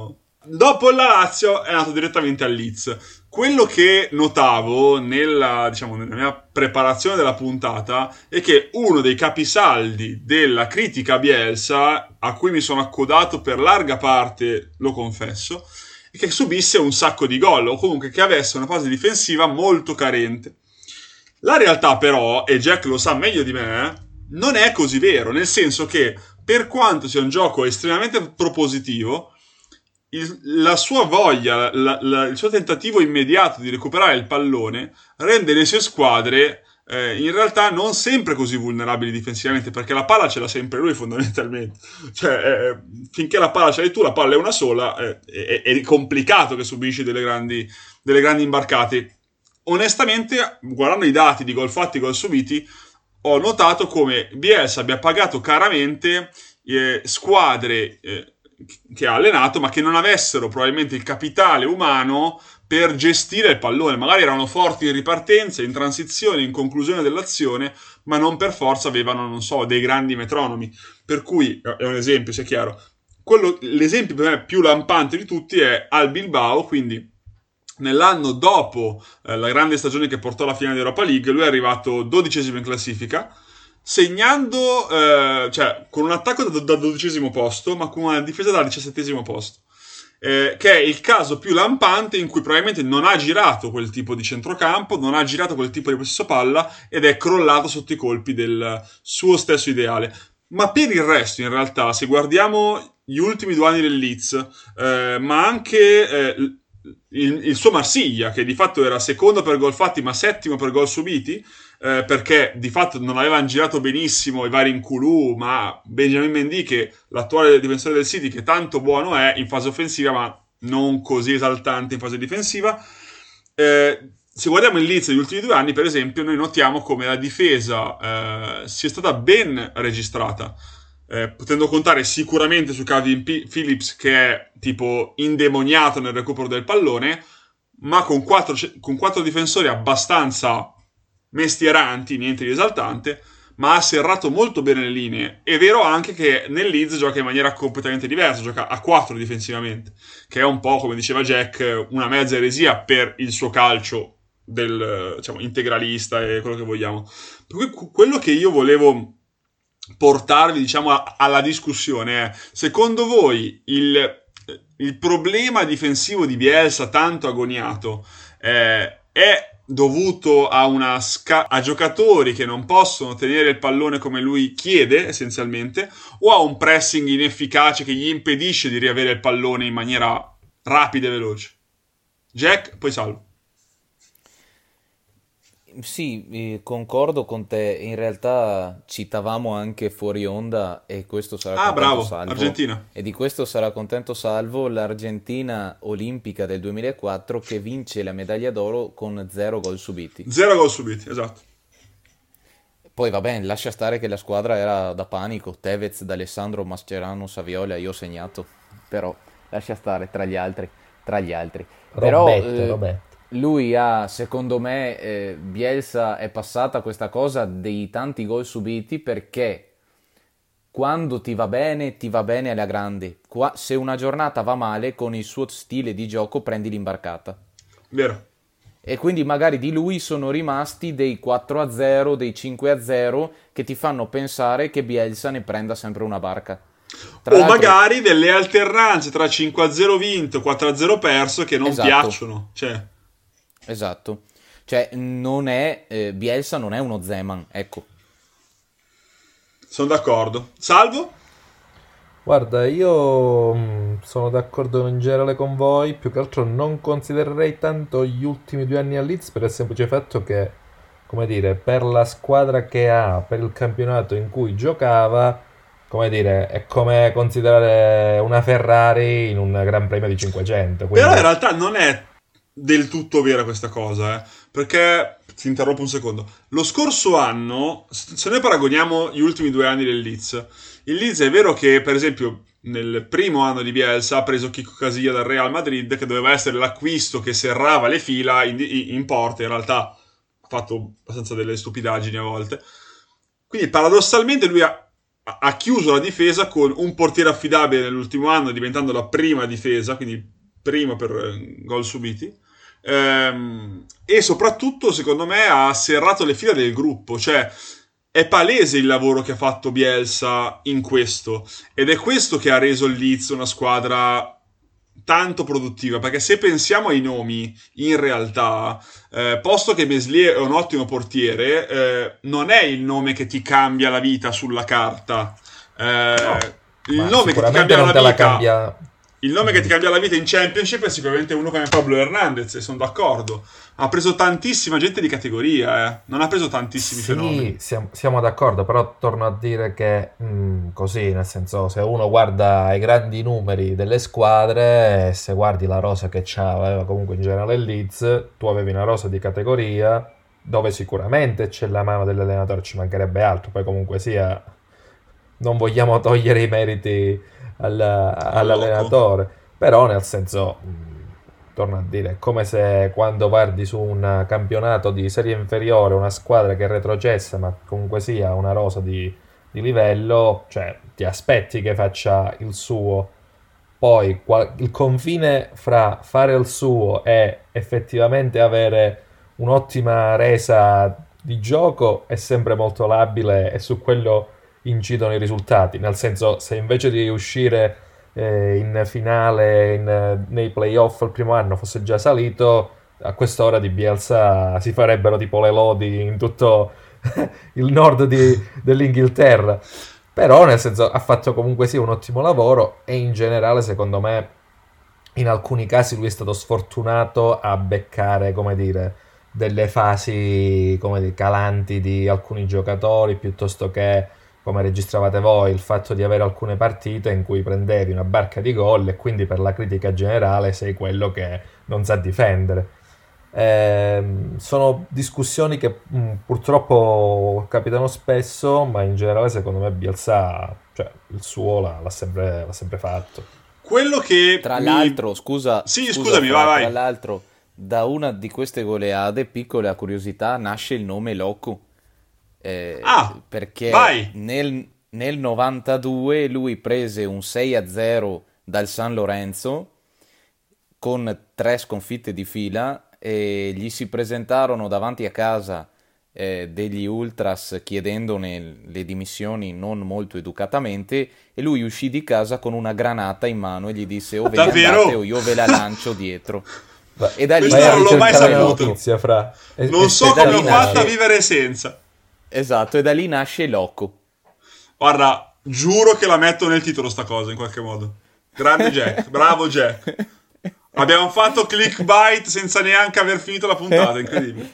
Dopo la Lazio è andato direttamente al Leeds. Quello che notavo nella mia preparazione della puntata è che uno dei capisaldi della critica a Bielsa, a cui mi sono accodato per larga parte, lo confesso, è che subisse un sacco di gol o comunque che avesse una fase difensiva molto carente. La realtà però, e Jack lo sa meglio di me, non è così vero, nel senso che per quanto sia un gioco estremamente propositivo, la sua voglia, il suo tentativo immediato di recuperare il pallone rende le sue squadre in realtà non sempre così vulnerabili difensivamente, perché la palla ce l'ha sempre lui fondamentalmente. Cioè, finché la palla ce l'hai tu, la palla è una sola, è complicato che subisci delle grandi imbarcate. Onestamente, guardando i dati di gol fatti e gol subiti, ho notato come Bielsa abbia pagato caramente squadre che ha allenato, ma che non avessero probabilmente il capitale umano per gestire il pallone. Magari erano forti in ripartenza, in transizione, in conclusione dell'azione, ma non per forza avevano, non so, dei grandi metronomi. Per cui, è un esempio, sia chiaro. L'esempio per me più lampante di tutti è al Bilbao, quindi nell'anno dopo la grande stagione che portò alla finale dell'Europa League, lui è arrivato 12esimo in classifica, segnando, cioè con un attacco da 12esimo posto, ma con una difesa da 17esimo posto. Che è il caso più lampante in cui probabilmente non ha girato quel tipo di centrocampo, non ha girato quel tipo di possesso palla ed è crollato sotto i colpi del suo stesso ideale. Ma per il resto, in realtà, se guardiamo gli ultimi 2 anni del Leeds, ma anche il suo Marsiglia, che di fatto era secondo per gol fatti, ma settimo per gol subiti, perché di fatto non avevano girato benissimo i vari Nkulu, ma Benjamin Mendy, che l'attuale difensore del City, che tanto buono è in fase offensiva, ma non così esaltante in fase difensiva. Se guardiamo il Leeds negli ultimi 2 anni, per esempio, noi notiamo come la difesa sia stata ben registrata, potendo contare sicuramente su Calvin Phillips, che è tipo indemoniato nel recupero del pallone, ma con 4 difensori abbastanza mestieranti, niente di esaltante, ma ha serrato molto bene le linee. È vero anche che nel Leeds gioca in maniera completamente diversa, gioca a 4 difensivamente, che è un po', come diceva Jack, una mezza eresia per il suo calcio del, diciamo, integralista e quello che vogliamo. Per cui quello che io volevo portarvi, diciamo, alla discussione è: secondo voi il problema difensivo di Bielsa tanto agoniato è dovuto a giocatori che non possono tenere il pallone come lui chiede, essenzialmente, o a un pressing inefficace che gli impedisce di riavere il pallone in maniera rapida e veloce? Jack, poi Salvo. Sì, concordo con te. In realtà citavamo anche fuori onda, e questo sarà Ah, contento bravo, Salvo, Argentina. e di questo sarà contento Salvo, l'Argentina olimpica del 2004 che vince la medaglia d'oro con 0 gol subiti. 0 gol subiti, esatto. Poi va bene, lascia stare che la squadra era da panico, Tevez, D'Alessandro, Mascherano, Saviola, io ho segnato, però lascia stare tra gli altri. Però Roberto. lui ha, secondo me, Bielsa è passata questa cosa dei tanti gol subiti perché quando ti va bene alla grande. Se una giornata va male, con il suo stile di gioco prendi l'imbarcata. Vero. E quindi magari di lui sono rimasti dei 4-0, dei 5-0 che ti fanno pensare che Bielsa ne prenda sempre una barca. Tra O l'altro, magari delle alternanze tra 5-0 vinto e 4-0 perso che non esatto, piacciono. Cioè, esatto. Cioè, non è Bielsa non è uno Zeman, ecco. Sono d'accordo. Salvo? Guarda, io sono d'accordo in generale con voi, più che altro non considererei tanto gli ultimi 2 anni a Leeds per il semplice fatto che, come dire, per la squadra che ha, per il campionato in cui giocava, come dire, è come considerare una Ferrari in un Gran Premio di 500, Però in quindi realtà non è del tutto vera questa cosa, perché ti interrompo un secondo. Lo scorso anno, se noi paragoniamo gli ultimi 2 anni del Leeds, il Leeds è vero che, per esempio, nel primo anno di Bielsa ha preso Kiko Casilla dal Real Madrid, che doveva essere l'acquisto che serrava le fila in porta, in realtà ha fatto abbastanza delle stupidaggini a volte. Quindi paradossalmente lui ha chiuso la difesa con un portiere affidabile nell'ultimo anno, diventando la prima difesa, quindi primo per gol subiti. E soprattutto, secondo me, ha serrato le fila del gruppo. Cioè, è palese il lavoro che ha fatto Bielsa in questo. Ed è questo che ha reso il Leeds una squadra tanto produttiva. Perché se pensiamo ai nomi, in realtà, posto che Meslier è un ottimo portiere, non è il nome che ti cambia la vita sulla carta. no, Il ma nome che ti sicuramente cambia non la te la vita. cambia. Il nome che ti cambia la vita in Championship è sicuramente uno come Pablo Hernandez, e sono d'accordo. Ha preso tantissima gente di categoria, non ha preso tantissimi Sì, fenomeni. siamo d'accordo, però torno a dire che così, nel senso, se uno guarda i grandi numeri delle squadre, se guardi la rosa che aveva comunque in generale il Leeds, tu avevi una rosa di categoria dove sicuramente c'è la mano dell'allenatore, ci mancherebbe altro, poi comunque sia, non vogliamo togliere i meriti Al loco. all'allenatore, però nel senso, torno a dire, è come se quando guardi su un campionato di serie inferiore una squadra che è retrocessa, ma comunque sia una rosa di livello, cioè ti aspetti che faccia il suo. Poi il confine fra fare il suo e effettivamente avere un'ottima resa di gioco è sempre molto labile e su quello incidono i risultati. Nel senso, se invece di uscire in finale nei playoff il primo anno fosse già salito, a quest'ora di Bielsa si farebbero tipo le lodi in tutto il nord dell'Inghilterra. Però, nel senso, ha fatto comunque sì un ottimo lavoro e in generale, secondo me, in alcuni casi lui è stato sfortunato a beccare, come dire, delle fasi, come dire, calanti di alcuni giocatori, piuttosto che, come registravate voi, il fatto di avere alcune partite in cui prendevi una barca di gol e quindi per la critica generale sei quello che non sa difendere. Sono discussioni che purtroppo capitano spesso, ma in generale secondo me Bielsa, cioè, il suo l'ha sempre fatto. Quello che Tra mi... l'altro, scusa, Sì, scusa scusami, vai, Fra, tra vai. l'altro, da una di queste goleade, piccola curiosità, nasce il nome Loco. Ah, Perché vai. nel 92 lui prese un 6-0 dal San Lorenzo con 3 sconfitte di fila e gli si presentarono davanti a casa degli ultras chiedendone le dimissioni non molto educatamente e lui uscì di casa con una granata in mano e gli disse o ve ne andate o Davvero? io ve la lancio dietro. E da lì Vai Questa a non l'ho mai nasce ricercare la saputo. Loco. notizia, fra. Non E so da come ho lì fatto a nasce, vivere senza. esatto, e da lì nasce Loco. Guarda, giuro che la metto nel titolo sta cosa in qualche modo. Grande Jack, bravo Jack. Abbiamo fatto clickbait senza neanche aver finito la puntata, incredibile.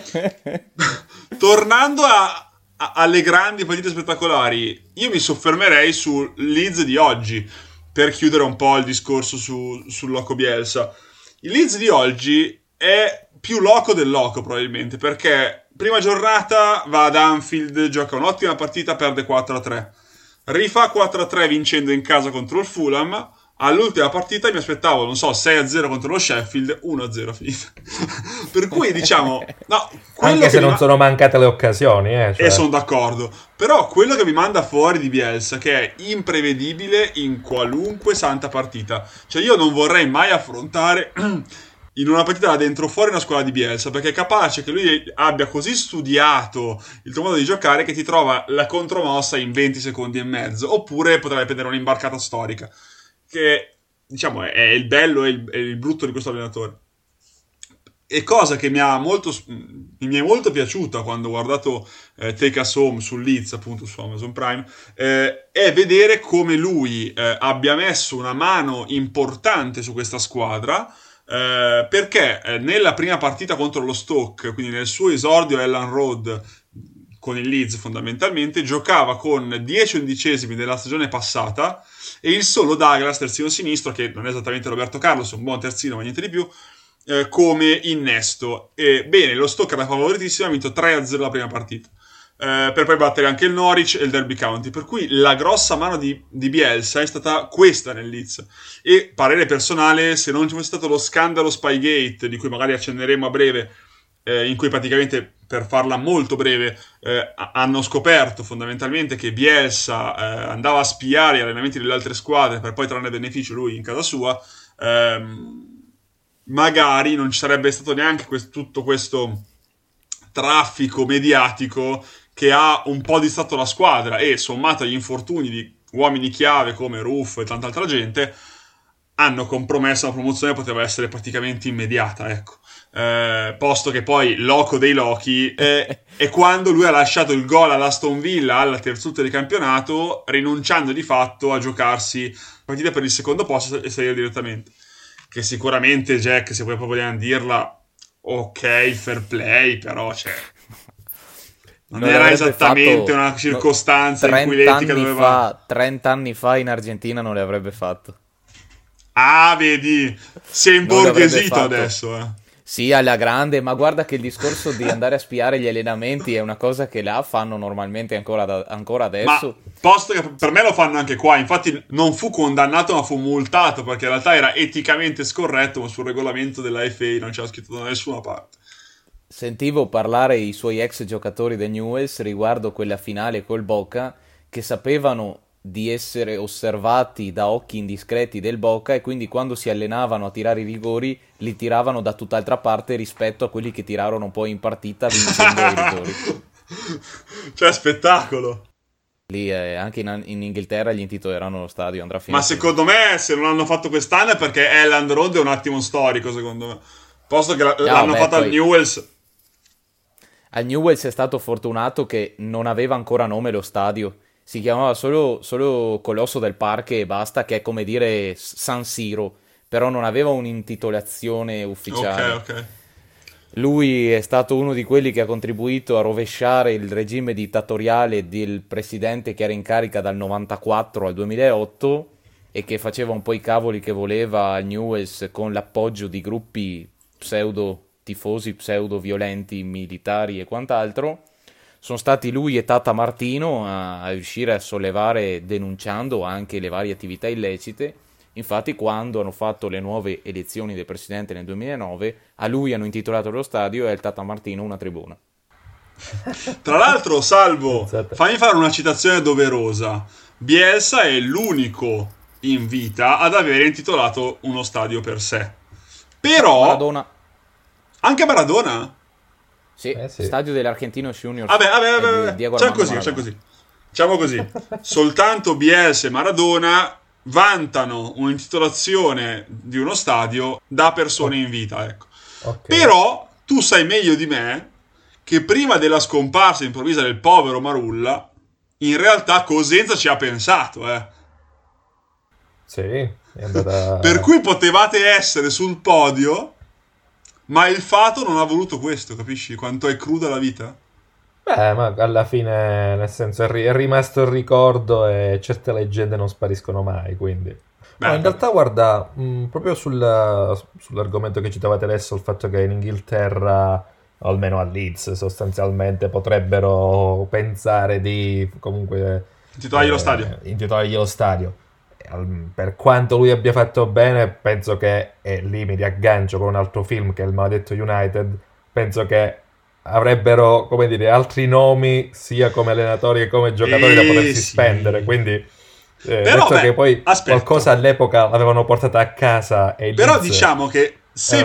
Tornando alle grandi partite spettacolari, io mi soffermerei sul Leeds di oggi per chiudere un po' il discorso sul loco Bielsa. Il Leeds di oggi è più loco del loco probabilmente perché prima giornata va ad Anfield, gioca un'ottima partita, perde 4-3. Rifà 4-3 vincendo in casa contro il Fulham. All'ultima partita mi aspettavo, non so, 6-0 contro lo Sheffield, 1-0 finita. Per cui diciamo, no, quello Anche che se mi non sono mancate le occasioni, e cioè. sono d'accordo. Però quello che mi manda fuori di Bielsa, che è imprevedibile in qualunque santa partita. Cioè io non vorrei mai affrontare in una partita da dentro o fuori una squadra di Bielsa, perché è capace che lui abbia così studiato il tuo modo di giocare che ti trova la contromossa in 20 secondi e mezzo. Oppure potrebbe prendere un'imbarcata storica. Che, diciamo, è il bello e il brutto di questo allenatore. E cosa che mi è molto piaciuta quando ho guardato Take Us Home su Leeds, appunto su Amazon Prime, è vedere come lui abbia messo una mano importante su questa squadra, perché nella prima partita contro lo Stoke, quindi nel suo esordio a Elland Road con il Leeds fondamentalmente, giocava con 10 undicesimi della stagione passata e il solo Douglas, terzino sinistro, che non è esattamente Roberto Carlos, è un buon terzino ma niente di più, come innesto. Bene, lo Stoke era favoritissimo, ha vinto 3-0 la prima partita, per poi battere anche il Norwich e il Derby County, per cui la grossa mano di Bielsa è stata questa nel Leeds. E parere personale, se non ci fosse stato lo scandalo Spygate, di cui magari accenneremo a breve, in cui praticamente, per farla molto breve, hanno scoperto fondamentalmente che Bielsa andava a spiare gli allenamenti delle altre squadre per poi trarne beneficio lui in casa sua, magari non ci sarebbe stato neanche tutto questo traffico mediatico che ha un po' distratto la squadra, e sommato agli infortuni di uomini chiave come Ruff e tanta altra gente, hanno compromesso la promozione che poteva essere praticamente immediata, ecco. Posto che poi loco dei lochi è quando lui ha lasciato il gol all'Aston Villa alla terzultima di campionato, rinunciando di fatto a giocarsi partita per il secondo posto e salire direttamente. Che sicuramente, Jack, se poi vogliamo dirla, ok, fair play, però non era esattamente una circostanza in cui l'etica doveva... 30 anni fa in Argentina non le avrebbe fatto. Ah, vedi, si è imborghesito adesso, Sì, alla grande, ma guarda che il discorso di andare a spiare gli allenamenti è una cosa che là fanno normalmente ancora adesso. Ma posto che per me lo fanno anche qua, infatti non fu condannato ma fu multato, perché in realtà era eticamente scorretto, ma sul regolamento della FA non c'era scritto da nessuna parte. Sentivo parlare i suoi ex giocatori del Newell's riguardo quella finale col Boca, che sapevano di essere osservati da occhi indiscreti del Boca, e quindi quando si allenavano a tirare i rigori li tiravano da tutt'altra parte rispetto a quelli che tirarono poi in partita vincendo i rigori. Cioè, spettacolo. Lì anche in Inghilterra gli intitoleranno lo stadio, andrà fino. Ma secondo me se non l'hanno fatto quest'anno è perché Elland Road è un attimo storico, secondo me, posto che l'hanno fatto al Newell's. Al Newell's è stato fortunato che non aveva ancora nome lo stadio. Si chiamava solo Colosso del Parque e basta, che è come dire San Siro, però non aveva un'intitolazione ufficiale. Ok. Lui è stato uno di quelli che ha contribuito a rovesciare il regime dittatoriale del presidente che era in carica dal 94 al 2008 e che faceva un po' i cavoli che voleva al Newell's con l'appoggio di gruppi pseudo tifosi, pseudo violenti, militari e quant'altro. Sono stati lui e Tata Martino a riuscire a sollevare, denunciando anche le varie attività illecite. Infatti, quando hanno fatto le nuove elezioni del presidente nel 2009, a lui hanno intitolato lo stadio e al Tata Martino una tribuna. Tra l'altro, Salvo, fammi fare una citazione doverosa. Bielsa è l'unico in vita ad avere intitolato uno stadio per sé. Però... Maradona. Anche Maradona? Sì, stadio dell'Argentino Juniors. Vabbè. Diciamo così. Soltanto Bielsa e Maradona vantano un'intitolazione di uno stadio da persone in vita, ecco. Okay. Però tu sai meglio di me che prima della scomparsa improvvisa del povero Marulla, in realtà Cosenza ci ha pensato, Sì, è andata... Per cui potevate essere sul podio, ma il fato non ha voluto questo, capisci? Quanto è cruda la vita? Beh, ma alla fine, nel senso, è rimasto il ricordo e certe leggende non spariscono mai, quindi... No, in realtà, guarda, proprio sull'argomento che citavate adesso, il fatto che in Inghilterra, o almeno a Leeds, sostanzialmente, potrebbero pensare di, comunque... Intitolargli lo stadio. Per quanto lui abbia fatto bene, penso che, e lì mi riaggancio con un altro film che è il Maledetto United, penso che avrebbero, come dire, altri nomi sia come allenatori che come giocatori da potersi spendere, quindi però che poi qualcosa all'epoca l'avevano portata a casa e però diciamo che se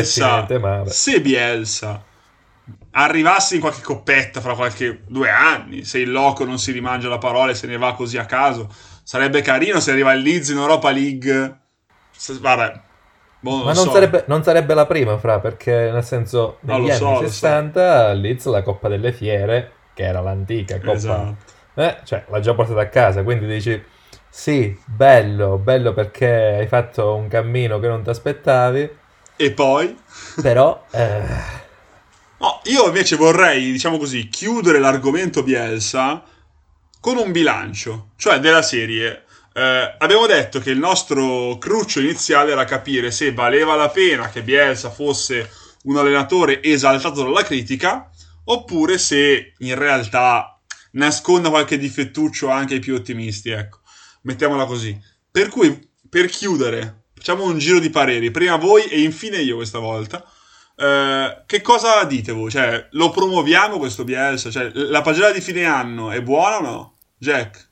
Bielsa arrivasse in qualche coppetta fra qualche 2 anni, se il loco non si rimangia la parola e se ne va così a caso, sarebbe carino se arriva il Leeds in Europa League. Vabbè, Boh, non Ma lo so. non sarebbe la prima, fra, perché nel senso, Ah, negli lo anni so, lo so. 60 Leeds la Coppa delle Fiere, che era l'antica Coppa, Esatto. cioè l'ha già portata a casa, quindi dici, sì, bello, bello perché hai fatto un cammino che non ti aspettavi, E poi? però No, io invece vorrei, diciamo così, chiudere l'argomento Bielsa con un bilancio, cioè della serie. Abbiamo detto che il nostro cruccio iniziale era capire se valeva la pena che Bielsa fosse un allenatore esaltato dalla critica, oppure se in realtà nasconda qualche difettuccio anche ai più ottimisti, ecco. Mettiamola così. Per cui, per chiudere, facciamo un giro di pareri, prima voi e infine io questa volta. Che cosa dite voi? Cioè, lo promuoviamo questo Bielsa? Cioè, la pagella di fine anno è buona o no? Jack?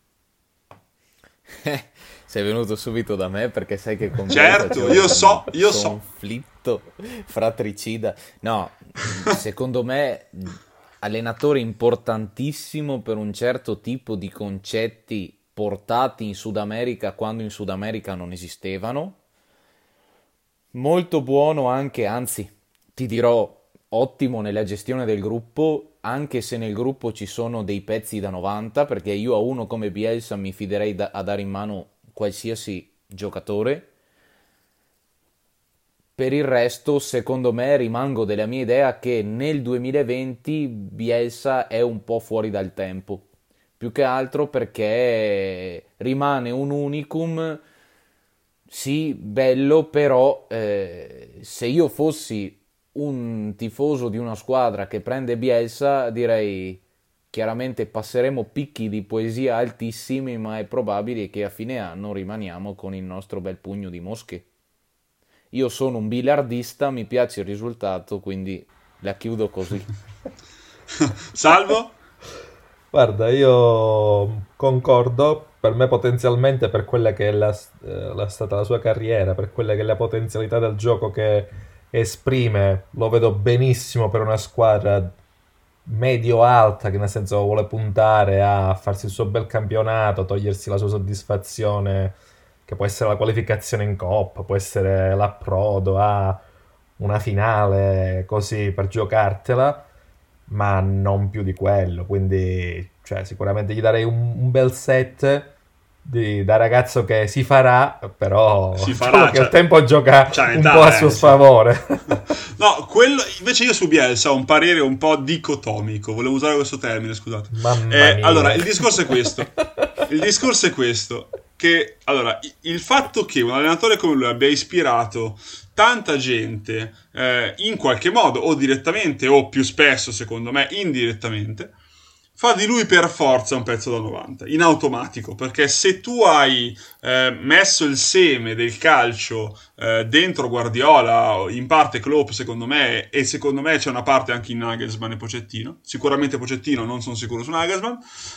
Sei venuto subito da me perché sai che con Bielsa c'è Certo, io un so, io so. conflitto fratricida. No, secondo me allenatore importantissimo per un certo tipo di concetti portati in Sud America quando in Sud America non esistevano. Molto buono anche, anzi, ti dirò, ottimo nella gestione del gruppo, anche se nel gruppo ci sono dei pezzi da 90, perché io a uno come Bielsa mi fiderei a dare in mano qualsiasi giocatore. Per il resto, secondo me, rimango della mia idea che nel 2020 Bielsa è un po' fuori dal tempo. Più che altro perché rimane un unicum, sì, bello, però se io fossi un tifoso di una squadra che prende Bielsa, direi chiaramente passeremo picchi di poesia altissimi, ma è probabile che a fine anno rimaniamo con il nostro bel pugno di mosche. Io sono un biliardista, mi piace il risultato, quindi la chiudo così. Salvo? guarda, io concordo, per me potenzialmente per quella che è stata la sua carriera, per quella che è la potenzialità del gioco che esprime, lo vedo benissimo per una squadra medio-alta che nel senso vuole puntare a farsi il suo bel campionato, togliersi la sua soddisfazione, che può essere la qualificazione in Coppa, può essere l'approdo a una finale così per giocartela, ma non più di quello. Quindi, cioè, sicuramente gli darei un bel set da ragazzo che si farà, però Si diciamo farà, che il tempo gioca c'ha un po' a un'età, suo cioè. sfavore. No, quello, invece io su Bielsa ho un parere un po' dicotomico, volevo usare questo termine, scusate. Mamma Allora, mia. il discorso è questo. Il discorso è questo, che allora, il fatto che un allenatore come lui abbia ispirato tanta gente, in qualche modo, o direttamente, o più spesso, secondo me, indirettamente, fa di lui per forza un pezzo da 90, in automatico, perché se tu hai messo il seme del calcio dentro Guardiola, in parte Klopp secondo me, e secondo me c'è una parte anche in Nagelsmann e Pochettino, sicuramente Pochettino, non sono sicuro su Nagelsmann,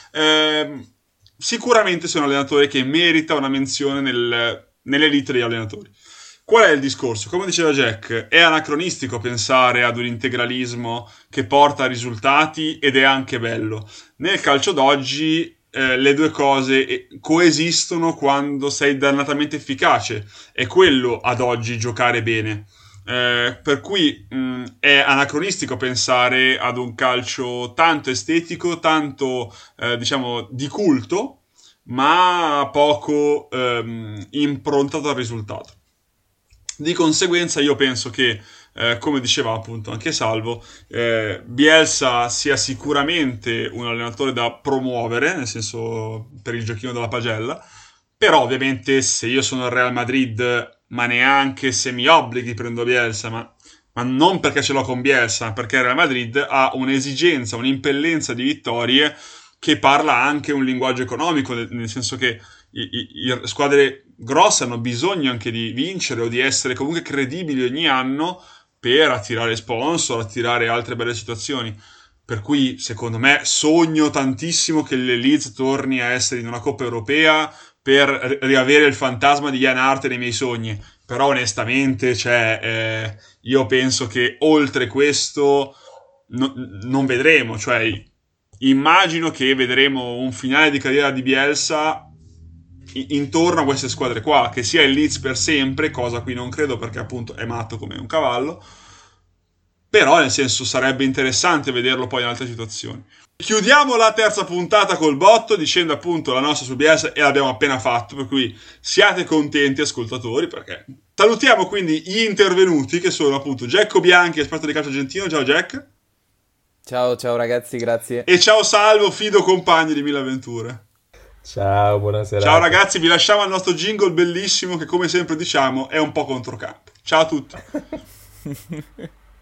sicuramente sei un allenatore che merita una menzione nell'elite degli allenatori. Qual è il discorso? Come diceva Jack, è anacronistico pensare ad un integralismo che porta a risultati ed è anche bello. Nel calcio d'oggi le due cose coesistono quando sei dannatamente efficace. È quello ad oggi giocare bene. Per cui è anacronistico pensare ad un calcio tanto estetico, tanto diciamo di culto, ma poco improntato al risultato. Di conseguenza io penso che, come diceva appunto anche Salvo, Bielsa sia sicuramente un allenatore da promuovere, nel senso per il giochino della pagella, però ovviamente se io sono il Real Madrid, ma neanche se mi obblighi prendo Bielsa, ma non perché ce l'ho con Bielsa, ma perché il Real Madrid ha un'esigenza, un'impellenza di vittorie che parla anche un linguaggio economico, nel senso che squadre grosse hanno bisogno anche di vincere o di essere comunque credibili ogni anno per attirare sponsor, attirare altre belle situazioni. Per cui, secondo me, sogno tantissimo che le Leeds torni a essere in una Coppa Europea per riavere il fantasma di Jan Hart nei miei sogni. Però, onestamente, cioè, io penso che oltre questo non vedremo. Cioè, immagino che vedremo un finale di carriera di Bielsa intorno a queste squadre qua, che sia il Leeds per sempre, cosa a cui non credo perché appunto è matto come un cavallo, però nel senso sarebbe interessante vederlo poi in altre situazioni. Chiudiamo la terza puntata col botto dicendo appunto la nostra su Bielsa, e l'abbiamo appena fatto, per cui siate contenti ascoltatori, perché salutiamo quindi gli intervenuti che sono appunto Jack Bianchi, esperto di calcio argentino. Ciao Jack. Ciao ragazzi, grazie. E ciao Salvo, fido compagni di Mille Avventure. Ciao, buonasera. Ciao ragazzi, vi lasciamo al nostro jingle bellissimo che come sempre diciamo è un po' controcampo. Ciao a tutti.